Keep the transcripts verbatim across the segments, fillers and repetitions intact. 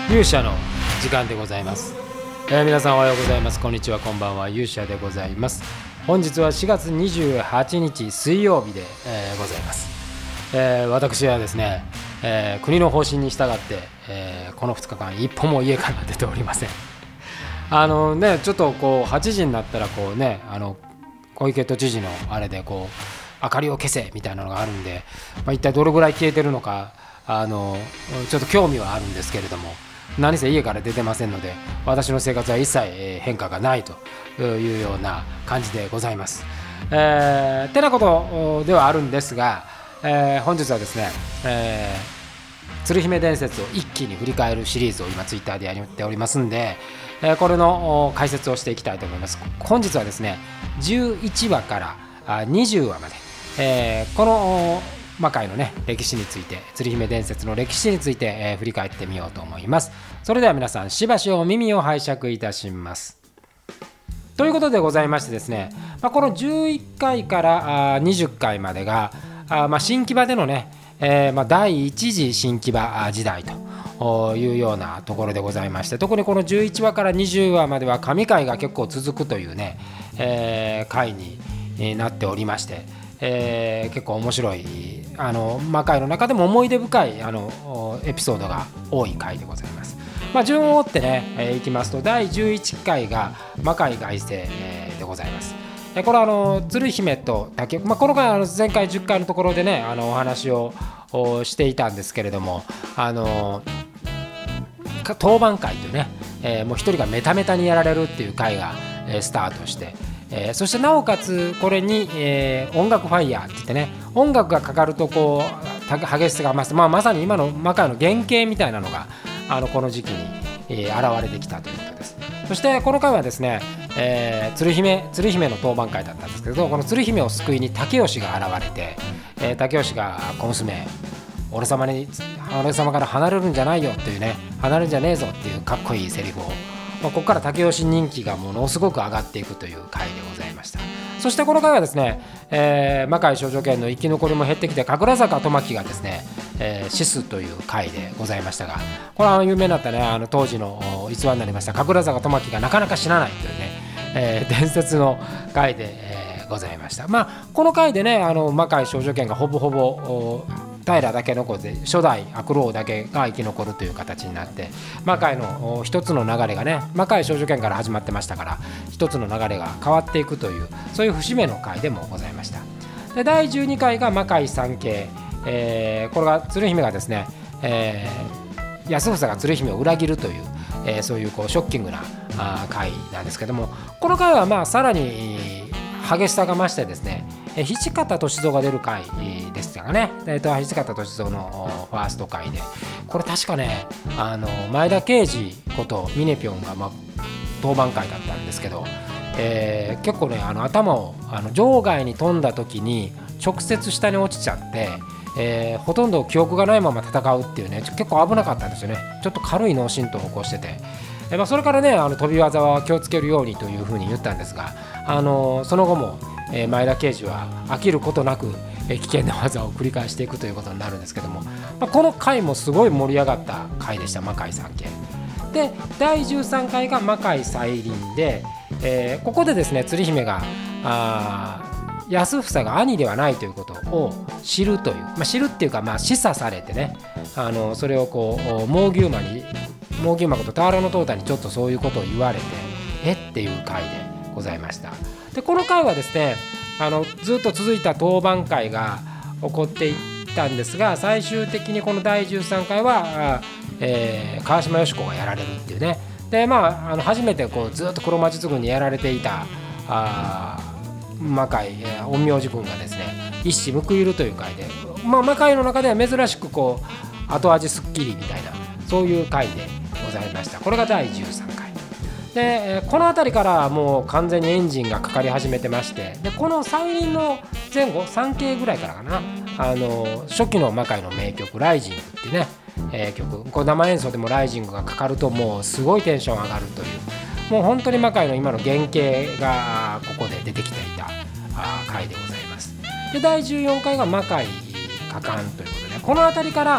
勇者の時間でございます、えー、皆さんおはようございます、こんにちは、こんばんは。勇者でございます。本日はしがつにじゅうはちにち水曜日で、えー、ございます、えー、私はですね、えー、国の方針に従って、えー、このふつかかん一歩も家から出ておりません。あのね、ちょっとこうはちじになったらこうね、あの小池都知事のあれでこう明かりを消せみたいなのがあるんで、まあ、一体どれぐらい消えてるのか、あのちょっと興味はあるんですけれども、何せ家から出てませんので、私の生活は一切変化がないというような感じでございます。えー、てなことではあるんですが、えー、本日はですね、えー、鶴姫伝説を一気に振り返るシリーズを今ツイッターでやっておりますんで、えー、これの解説をしていきたいと思います。本日はですね、じゅういちわからにじゅうわまで、えー、この魔界のね歴史について、鶴姫伝説の歴史について、えー、振り返ってみようと思います。それでは皆さんしばしお耳を拝借いたします。ということでございましてですね、まあ、このじゅういっかいからにじゅっかいまでがあ、まあ、新木場でのね、えーまあ、第一次新木場時代というようなところでございまして、特にこのじゅういちわからにじゅうわまでは神回が結構続くというね、えー、回になっておりまして、えー、結構面白いあの魔界の中でも思い出深いあのエピソードが多い回でございます。まあ、順を追ってね、えー、いきますと、だいじゅういっかいが魔界凱旋、えー、でございます。えー、これはあの鶴姫と竹、まあ、この回あの前回じゅっかいのところでね、あのお話をしていたんですけれども、あの当番会というね、えー、もう一人がメタメタにやられるっていう回が、えー、スタートして、えー、そしてなおかつこれに、えー、音楽ファイヤーって言ってね、音楽がかかるとこう激しさが増す、まあ、まさに今の魔界の原型みたいなのがあのこの時期に、えー、現れてきたということです。そしてこの回はですね、えー、鶴姫鶴姫の当番会だったんですけど、この鶴姫を救いに竹吉が現れて、えー、竹吉が小娘、俺様に俺様から離れるんじゃないよっていうね、離れるんじゃねえぞっていうかっこいいセリフを、まあ、ここから竹吉人気がものすごく上がっていくという回でございました。そしてこの回はですね、えー、魔界少女剣の生き残りも減ってきて、神楽坂とまきがですね、えー、死すという回でございましたが、これは有名になったね、あの当時の逸話になりました神楽坂とまきがなかなか死なないというね、えー、伝説の回で、えー、ございました。まあこの回でね、あの魔界少女剣がほぼほぼ平だけ残って、初代悪老だけが生き残るという形になって、魔界の一つの流れがね、魔界少女剣から始まってましたから、一つの流れが変わっていくという、そういう節目の回でもございました。でだいじゅうにかいが魔界三景、えー、これが鶴姫がですね、えー、安房が鶴姫を裏切るという、えー、そういうこうショッキングな回なんですけども、この回はまあさらに激しさが増してですね、土方歳三が出る回でしたがね、えー、と土方歳三のファースト回で、これ確かね、あの前田慶次ことミネピョンが、まあ、当番回だったんですけど、えー、結構ね、あの頭をあの場外に飛んだ時に直接下に落ちちゃって、えー、ほとんど記憶がないまま戦うっていうね、結構危なかったんですよね。ちょっと軽い脳震盪を起こしてて、えーまあ、それからね、あの飛び技は気をつけるようにというふうに言ったんですが、あのその後も、えー、前田慶次は飽きることなく、えー、危険な技を繰り返していくということになるんですけども、まあ、この回もすごい盛り上がった回でした。魔界三景でだいじゅうさんかいが魔界再臨で、えー、ここでですね、鶴姫があ安房が兄ではないということを知るという、まあ、知るっていうか、まあ、示唆されてね、あのそれをこう猛牛馬に猛牛馬こと田原のトータにちょっとそういうことを言われて、えっていう回でございました。でこの回はですね、あのずっと続いた当番会が起こっていったんですが、最終的にこのだいじゅうさんかいは、えー、川島よし子がやられるっていうね。でまあ、あの初めてこうずっと黒魔術軍にやられていたあ魔界、えー、陰陽師軍がですね、一矢報いるという回で、まあ、魔界の中では珍しくこう後味すっきりみたいな、そういう回でございました。これがだいじゅうさんかいで、この辺りからもう完全にエンジンがかかり始めてまして、でこの再臨の前後さんけいぐらいからかな、あの初期の魔界の名曲ライジングっていうね、えー、曲、こう生演奏でもライジングがかかるともうすごいテンション上がるという、もう本当に魔界の今の原型がここで出てきていた回でございます。でだいじゅうよんかいが魔界果敢ということで、この辺りから、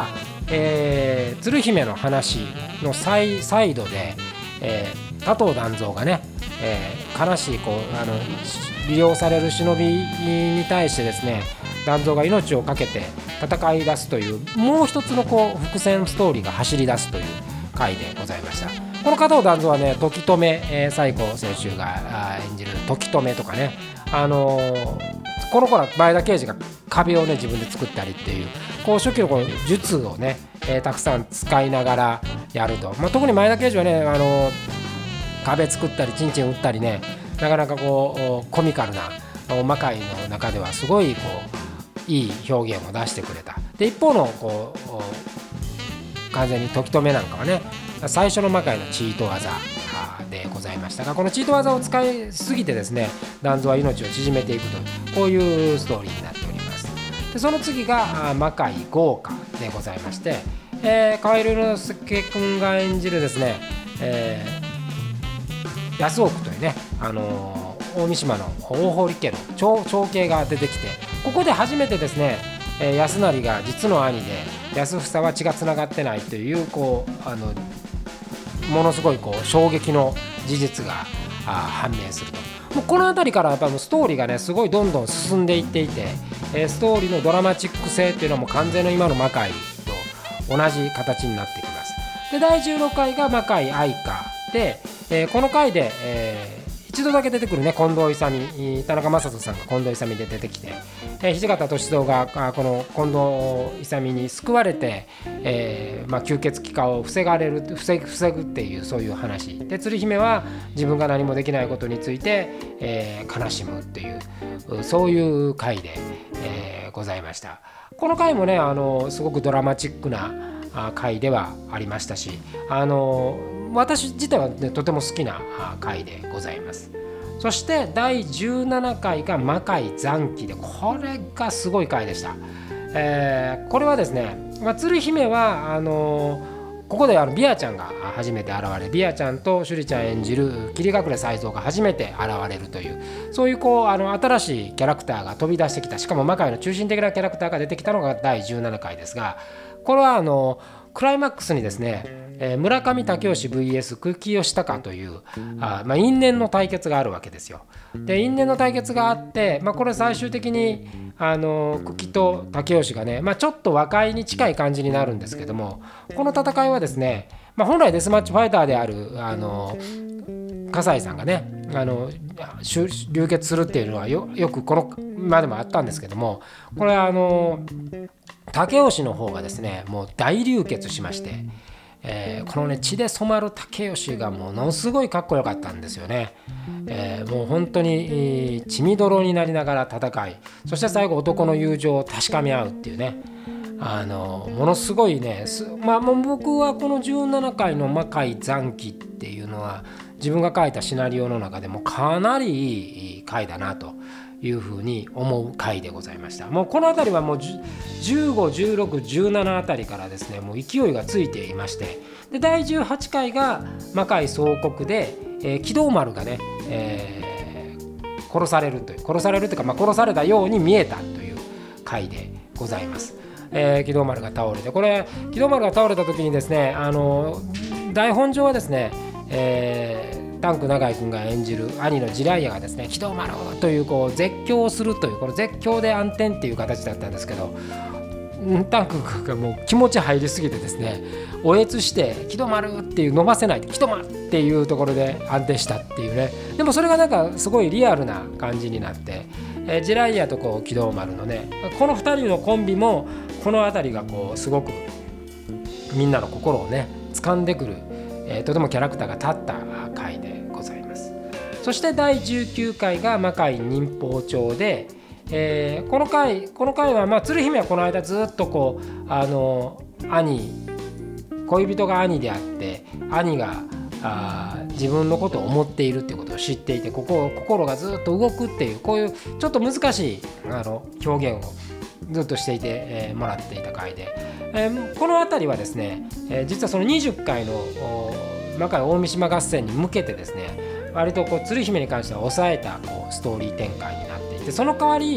えー、鶴姫の話のサイ、サイドで、えー、加藤団蔵がね、えー、悲しいこうあの利用される忍びに対してですね、団蔵が命を懸けて戦い出すというもう一つのこう伏線ストーリーが走り出すという回でございました。この加藤団蔵はね、時止め、えー、西郷選手が演じる時止めとかね、あのー、この頃は前田慶次が壁をね自分で作ったりっていう、こう初期のこう術をね、えー、たくさん使いながらやると、まあ、特に前田慶次はね、あのー、壁作ったりチンチン打ったりね、なかなかこうコミカルな魔界の中ではすごいこういい表現を出してくれた。で一方のこう完全に時止めなんかはね、最初の魔界のチート技でございましたが、このチート技を使いすぎてですね、団蔵は命を縮めていくという、こういうストーリーになっております。でその次が魔界豪華でございまして、えー、河合龍之介君が演じるですね、えー、安奥というね、あのー、大三島の大堀家の 長, 長兄が出てきて、ここで初めてですね、えー、安成が実の兄で安房は血がつながってないという、こうあのものすごいこう衝撃の事実が判明すると。もうこの辺りからやっぱストーリーがねすごいどんどん進んでいっていて、えー、ストーリーのドラマチック性っていうのも完全の今の魔界と同じ形になってきます。でだいじゅうろっかいが魔界愛花で、えー、この回で、えー一度だけ出てくるね、近藤勇、田中正人さんが近藤勇で出てきて、えー、土方歳三がこの近藤勇に救われて、えーまあ、吸血鬼化を防がれる防ぐ、防ぐっていうそういう話で、鶴姫は自分が何もできないことについて、えー、悲しむっていうそういう回で、えー、ございました。この回もね、あのすごくドラマチックな回ではありましたし、あの私自体は、ね、とても好きな回でございます。そしてだいじゅうななかいが魔界残機で、これがすごい回でした。えー、これはですね、まあ、鶴姫はあのここであのビアちゃんが初めて現れ、ビアちゃんと趣里ちゃん演じる霧隠れ才蔵が初めて現れるという、そういうこうあの新しいキャラクターが飛び出してきた、しかも魔界の中心的なキャラクターが出てきたのがだいじゅうななかいですが、これはあのクライマックスにですね、えー、村上武義 ブイエス 久喜義高というあ、まあ、因縁の対決があるわけですよ。で因縁の対決があって、まあ、これ最終的にあの久喜と武義がね、まあ、ちょっと和解に近い感じになるんですけども、この戦いはですね、まあ、本来デスマッチファイターであるあの葛西さんがね、あの流血するっていうのは よ, よくこのまでもあったんですけども、これはあの武義の方がですねもう大流血しまして、えー、このね血で染まる武義がものすごいかっこよかったんですよね。えー、もう本当に血みどろになりながら戦い、そして最後男の友情を確かめ合うっていうね、あのものすごいね、まあ、もう僕はこのじゅうななかいの魔界残機っていうのは自分が書いたシナリオの中でもかなりいい回だなというふうに思う回でございました。もうこの辺りはもうじゅうご、じゅうろく、じゅうななあたりからですねもう勢いがついていまして、でだいじゅうはちかいが魔界総国で、えー、木道丸がね、えー、殺されるという殺されるというか、まあ、殺されたように見えたという回でございます。えー、木道丸が倒れて、これ木道丸が倒れた時にですね、あの台本上はですね、えー、タンク永井君が演じる兄のジライアがですね、木道丸というこう絶叫をするという、この絶叫で暗転っていう形だったんですけど、タンク君がもう気持ち入りすぎてですね、おえつして木戸丸っていう伸ばせない木戸丸っていうところで安定したっていうね。でもそれがなんかすごいリアルな感じになって、えー、ジライアとこう木戸丸のね、このふたりのコンビもこの辺りがこうすごくみんなの心をね掴んでくる、えー、とてもキャラクターが立った回でございます。そしてだいじゅうきゅうかいが魔界忍法帳で、えー、この回この回は、まあ、鶴姫はこの間ずっとこうあの兄恋人が兄であって兄があ自分のことを思っているっていうことを知っていて、ここ心がずっと動くっていう、こういうちょっと難しいあの表現をずっとしていて、えー、もらっていた回で、えー、この辺りはですね、えー、実はそのにじゅっかいの魔界大三島合戦に向けてですね、割とこう鶴姫に関しては抑えたこうストーリー展開になっていて、その代わり、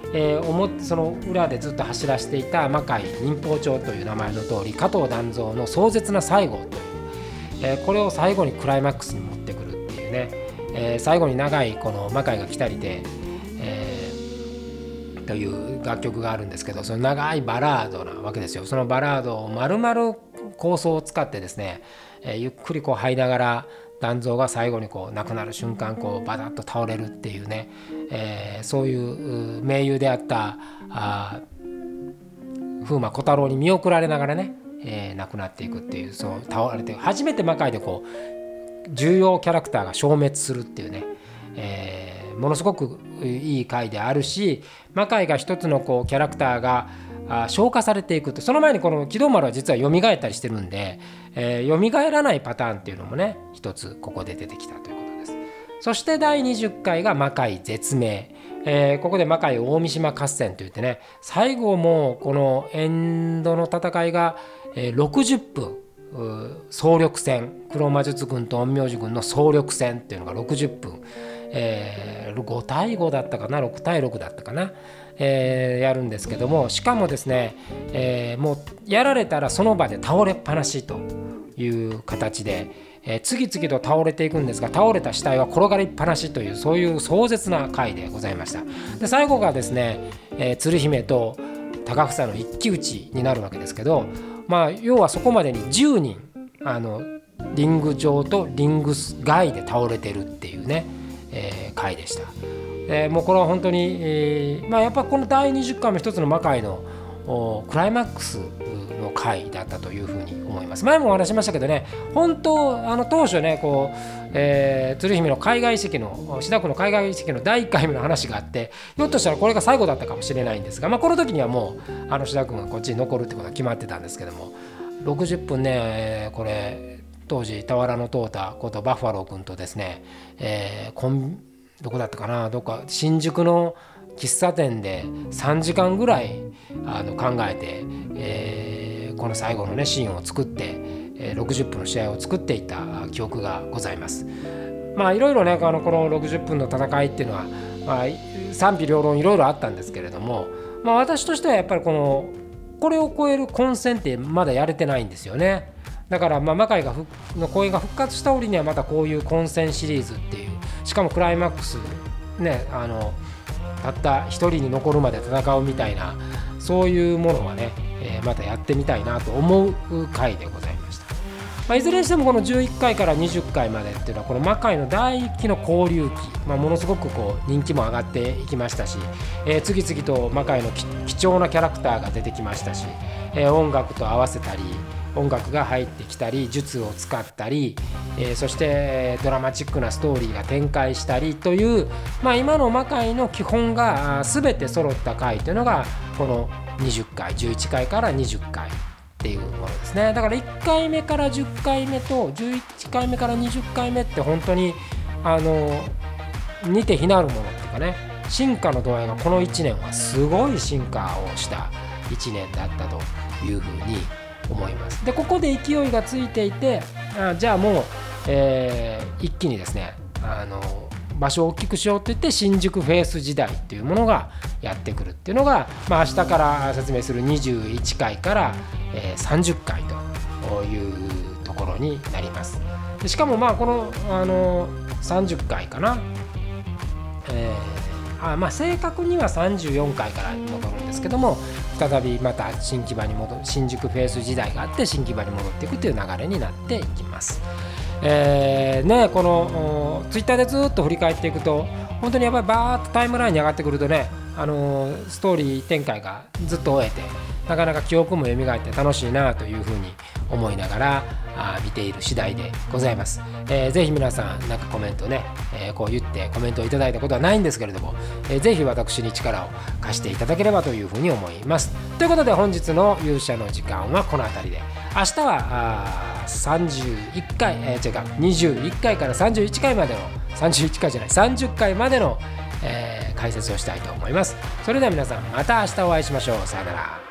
えー、思その裏でずっと走らせていた魔界忍法帳という名前の通り、加藤団蔵の壮絶な最後という、えー、これを最後にクライマックスに持ってくるっていうね、えー、最後に長いこの魔界が来たりで、えー、という楽曲があるんですけど、その長いバラードなわけですよ。そのバラードを丸々構想を使ってですね、えー、ゆっくりこう這いながら団蔵が最後にこう亡くなる瞬間こうバタッと倒れるっていうね、えー、そういう盟友であったあ風魔小太郎に見送られながらね、えー、亡くなっていくっていう、そう倒れて初めて魔界でこう重要キャラクターが消滅するっていうね、えー、ものすごくいい回であるし、魔界が一つのこうキャラクターがあ消化されていくと、その前にこの木戸丸は実は蘇ったりしてるんで、えー、蘇らないパターンっていうのもね一つここで出てきたということです。そしてだいにじゅっかいが魔界絶命、えー、ここで魔界大三島合戦といってね、最後もこのエンドの戦いがろくじゅっぷん総力戦、黒魔術軍と陰陽師軍の総力戦っていうのがろくじゅっぷん、えー、ごたいごだったかな、ろくたいろくだったかな、えー、やるんですけども、しかもですね、えー、もうやられたらその場で倒れっぱなしという形で、えー、次々と倒れていくんですが、倒れた死体は転がりっぱなしという、そういう壮絶な回でございました。で最後がですね、えー、鶴姫と高房の一騎打ちになるわけですけど、まあ要はそこまでにじゅうにんあのリング上とリング外で倒れてるっていうね、えー、回でした。えー、もうこれは本当に、えーまあ、やっぱこのだいにじゅっかいも一つの魔界のクライマックスの回だったというふうに思います。前もお話しましたけどね、本当あの当初ねこう、えー、鶴姫の海外移籍の志田区の海外移籍のだいいっかいめの話があって、ひょっとしたらこれが最後だったかもしれないんですが、まあ、この時にはもうあの志田君がこっちに残るってことが決まってたんですけども、ろくじゅっぷんね、これ当時俵のトータことバッファロー君とですね、えー、コンどこだったかな、どっか新宿の喫茶店でさんじかんぐらいあの考えて、えー、この最後のねシーンを作って、えー、ろくじゅっぷんの試合を作っていた記憶がございます。まあいろいろねあのこのろくじゅっぷんの戦いっていうのは、まあ、賛否両論いろいろあったんですけれども、まあ、私としてはやっぱりこのこれを超える混戦ってまだやれてないんですよね。だからまあ魔界がの公演が復活した折にはまたこういう混戦シリーズっていう、しかもクライマックスね、あのたった一人に残るまで戦うみたいな、そういうものはね、えー、またやってみたいなと思う回でございました。まあ、いずれにしてもこのじゅういっかいからにじゅっかいまでっていうのはこの魔界の第一期の交流期、まあ、ものすごくこう人気も上がっていきましたし、えー、次々と魔界の貴重なキャラクターが出てきましたし、えー、音楽と合わせたり音楽が入ってきたり術を使ったり、えー、そしてドラマチックなストーリーが展開したりという、まあ、今の魔界の基本が全て揃った回というのがこのにじゅっかいじゅういっかいからにじゅっかいっていうものですね。だからいっかいめからじゅっかいめとじゅういっかいめからにじゅっかいめって本当にあの似て非なるものっていうかね、進化の度合いがこのいちねんはすごい進化をしたいちねんだったというふうに思います。でここで勢いがついていて、あじゃあもう、えー、一気にですねあの場所を大きくしようといって新宿フェイス時代っていうものがやってくるっていうのが、まあ、明日から説明するにじゅういっかいから、えー、さんじゅっかいというところになります。でしかもまあこの、あのさんじゅっかいかな、えーあまあ、正確にはさんじゅうよんかいから戻るんですけども、再びまた新木場に戻る、新宿フェイス時代があって新木場に戻っていくという流れになっていきます。えーね、このツイッターでずっと振り返っていくと本当にやっぱりバーッとタイムラインに上がってくるとね、あのー、ストーリー展開がずっと終えてなかなか記憶も蘇って楽しいなというふうに思いながらあ見ている次第でございます。えー、ぜひ皆さんなんかコメントね、えー、こう言ってコメントをいただいたことはないんですけれども、えー、ぜひ私に力を貸していただければというふうに思います。ということで本日の勇者の時間はこの辺りで、明日はあさんじゅういっかい、えー、違うにじゅういっかいからさんじゅういっかいまでのさんじゅういっかいじゃないさんじゅっかいまでの、えー、解説をしたいと思います。それでは皆さんまた明日お会いしましょう。さよなら。